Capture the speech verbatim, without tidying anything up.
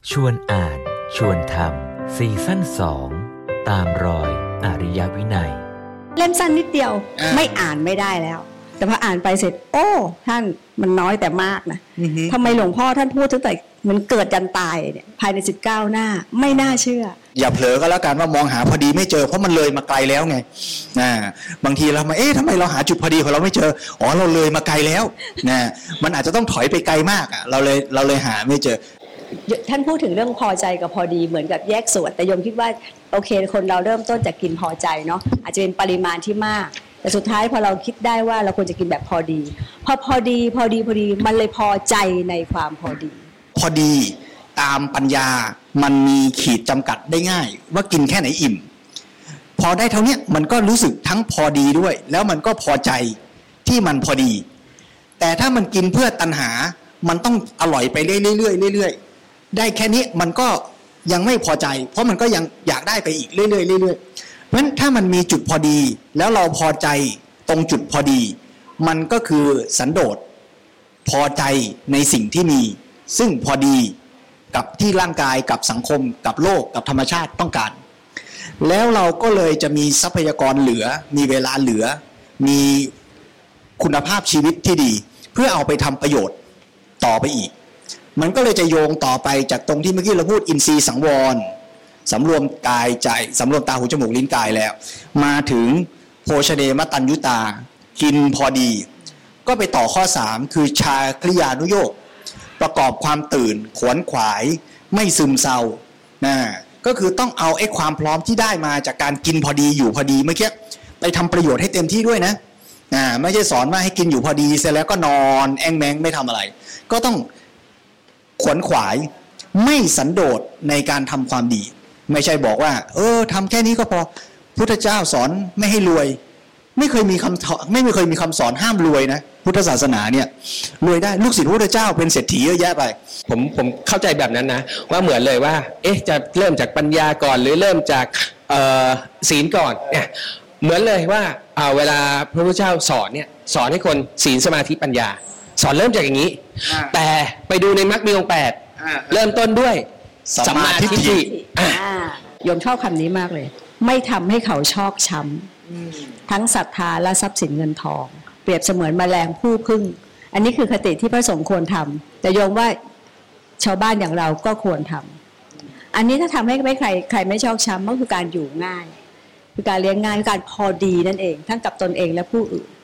ชวนอ่านชวนทำซีซั่นสองตามรอยอริยวินัยเล่มสั้นนิดเดียวไม่อ่านไม่ได้แล้วแต่พออ่านไปเสร็จโอ้ท่านมันน้อยแต่มากนะทำไมหลวงพ่อท่านพูดตั้งแต่มันเกิดยันตายเนี่ยภายในสิบเก้าหน้าไม่น่าเชื่ออย่าเผลอก็แล้วกันว่ามองหาพอดีไม่เจอเพราะมันเลยมาไกลแล้วไงนะบางทีเรามาเอ๊ะทำไมเราหาจุดพอดีของเราไม่เจออ๋อเราเลยมาไกลแล้วนะมันอาจจะต้องถอยไปไกลมากอ่ะเราเลยเราเลยหาไม่เจอท่านพูดถึงเรื่องพอใจกับพอดีเหมือนกับแยกส่วนแต่โยมคิดว่าโอเคคนเราเริ่มต้นจากกินพอใจเนาะอาจจะเป็นปริมาณที่มากแต่สุดท้ายพอเราคิดได้ว่าเราควรจะกินแบบพอดีพอพอดีพอดีพอดีมันเลยพอใจในความพอดีพอดีตามปัญญามันมีขีดจำกัดได้ง่ายว่ากินแค่ไหนอิ่มพอได้เท่านี้มันก็รู้สึกทั้งพอดีด้วยแล้วมันก็พอใจที่มันพอดีแต่ถ้ามันกินเพื่อตัณหามันต้องอร่อยไปเรื่อยๆเรื่อยๆได้แค่นี้มันก็ยังไม่พอใจเพราะมันก็ยังอยากได้ไปอีกเรื่อยๆเรื่อยๆเพราะฉะนั้นถ้ามันมีจุดพอดีแล้วเราพอใจตรงจุดพอดีมันก็คือสันโดษพอใจในสิ่งที่มีซึ่งพอดีกับที่ร่างกายกับสังคมกับโลกกับธรรมชาติต้องการแล้วเราก็เลยจะมีทรัพยากรเหลือมีเวลาเหลือมีคุณภาพชีวิตที่ดีเพื่อเอาไปทำประโยชน์ต่อไปอีกมันก็เลยจะโยงต่อไปจากตรงที่เมื่อกี้เราพูดอินทรีย์สังวรสำรวมกายใจสำรวมตาหูจมูกลิ้นกายแล้วมาถึงโภชเนมตัญญุตากินพอดีก็ไปต่อข้อสามคือชาคริยานุโยคประกอบความตื่นขวนขวายไม่ซึมเศร้านะก็คือต้องเอาไอ้ความพร้อมที่ได้มาจากการกินพอดีอยู่พอดีเมื่อกี้ไปทำประโยชน์ให้เต็มที่ด้วยนะอ่าไม่ใช่สอนว่าให้กินอยู่พอดีเสร็จแล้วก็นอนแองแมงไม่ทำอะไรก็ต้องขวนขวายไม่สันโดษในการทำความดีไม่ใช่บอกว่าเออทำแค่นี้ก็พอพุทธเจ้าสอนไม่ให้รวยไม่เคยมีคำไม่เคยมีคำสอนห้ามรวยนะพุทธศาสนาเนี่ยรวยได้ลูกศิษย์พระพุทธเจ้าเป็นเศรษฐีเยอะแยะไปผมผมเข้าใจแบบนั้นนะว่าเหมือนเลยว่าเอ๊ะจะเริ่มจากปัญญาก่อนหรือเริ่มจากเอ่อศีลก่อนเนี่ยเหมือนเลยว่าเอ่อเวลาพระพุทธเจ้าสอนเนี่ยสอนให้คนศีลสมาธิปัญญาสอนเริ่มจากอย่างนี้แต่ไปดูในมรรคมีองค์แปดเริ่มต้นด้วยสัมมาทิฏฐิโยมชอบคำนี้มากเลยไม่ทำให้เขาชอกช้ำทั้งศรัทธาและทรัพย์สินเงินทองเปรียบเสมือนแมลงผู้พึ่งอันนี้คือคติที่พระสงฆ์ควรทำแต่โยมว่าชาวบ้านอย่างเราก็ควรทำอันนี้ถ้าทำให้ไม่ใครใครไม่ชอกช้ำก็คือการอยู่ง่ายคือการเลี้ยงง่ายคือการพอดีนั่นเองทั้งกับตนเองและผู้อื่น